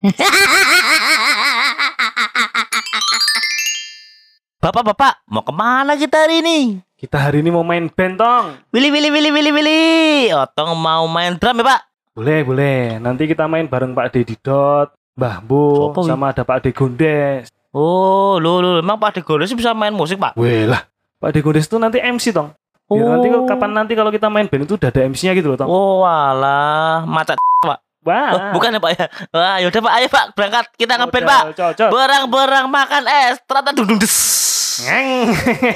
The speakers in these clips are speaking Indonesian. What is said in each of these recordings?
Bapak, mau kemana kita hari ini? Kita hari ini mau main band, Tong. Willy. Otong mau main drum ya, Pak? Boleh. Nanti kita main bareng Pak Ade Didot, Mbah Bu, Sopo, sama ada Pak Ade Gondes. Oh, lo emang Pak Ade Gondes bisa main musik, Pak? Weh lah, Pak Ade Gondes itu nanti MC, Tong. Biar nanti kalau kita main band itu udah ada MC-nya gitu loh, Tong. Oh, alah, macet, Pak. Wah. Oh, bukan ya, Pak ya? Wah, yaudah Pak, ayo Pak, berangkat kita ngeband, Pak. Cocok. Berang makan es, ternyata dung des. Ngeng.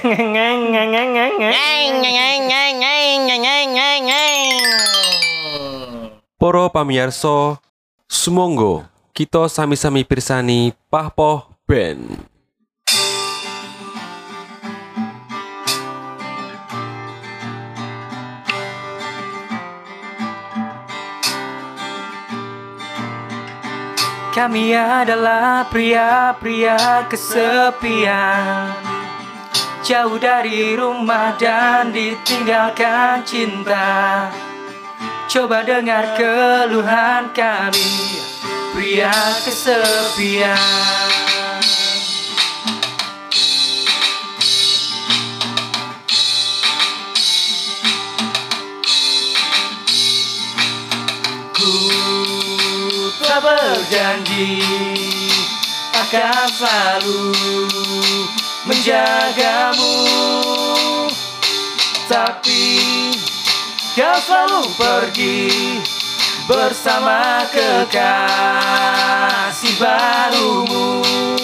Para pamirsa, sumangga kita sami-sami pirsani Pahpoh Band. Kami adalah pria-pria kesepian, jauh dari rumah dan ditinggalkan cinta. Coba dengar keluhan kami, pria kesepian. Berjanji akan selalu menjagamu, tapi kau selalu pergi bersama kekasih barumu.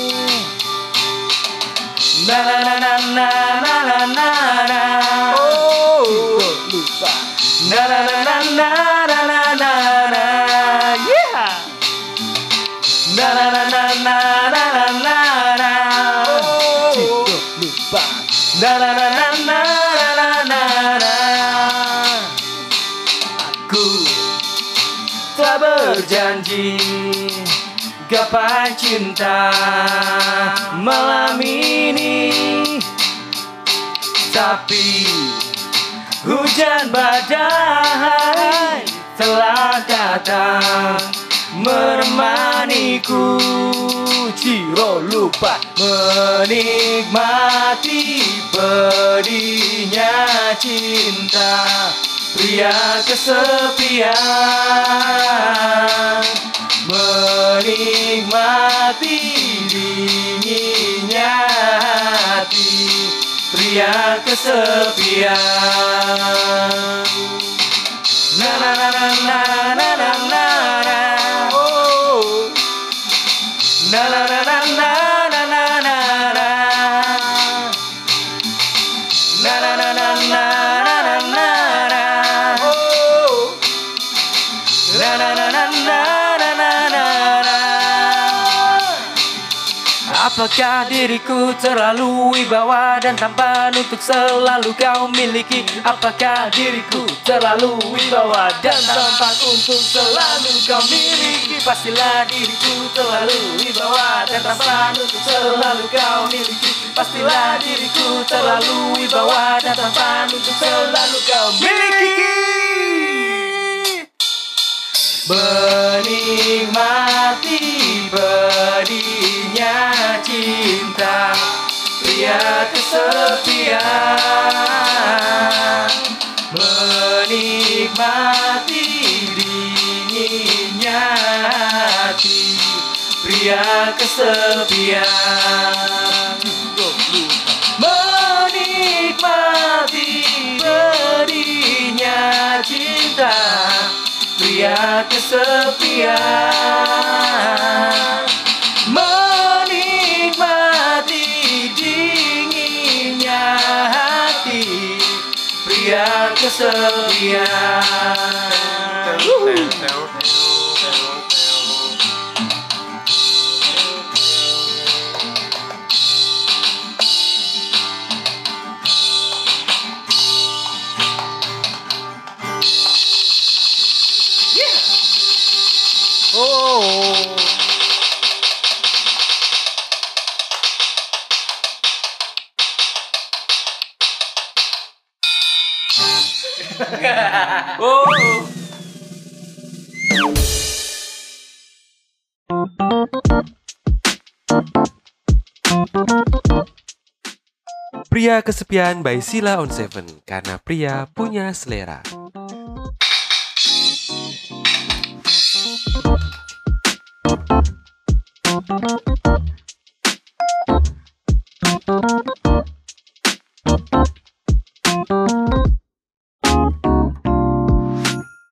Na na na na na na na na. Oh, lupa. Na na na na na na na na. Na na na na na na na na. Oh, lupa. Na na na na na na na na. Aku telah berjanji gapai cinta malam ini, tapi hujan badai telah datang menemaniku. Ciro lupa menikmati pedihnya cinta, pria kesepian, menikmati dinginnya hati, pria kesepian. Na na na na na na na na. Na na na na na na na na na. Na na na na na na na na na. Oh. Na na na na na na na na na. Apakah diriku terlalu wibawa dan tampan untuk selalu kau miliki? Apakah diriku terlalu wibawa dan tampan untuk selalu kau miliki? Pastilah diriku terlalu wibawa dan tampan untuk selalu kau miliki. Pastilah diriku terlalu wibawa dan tampan untuk selalu kau miliki. Menikmati pedihnya cinta, pria kesepian, menikmati dinginnya hati, pria kesepian, menikmati pedihnya cinta, pria kesepian, menikmati dinginnya hati, pria kesepian. Oh. Pria Kesepian by Sheila on 7, karena pria punya selera.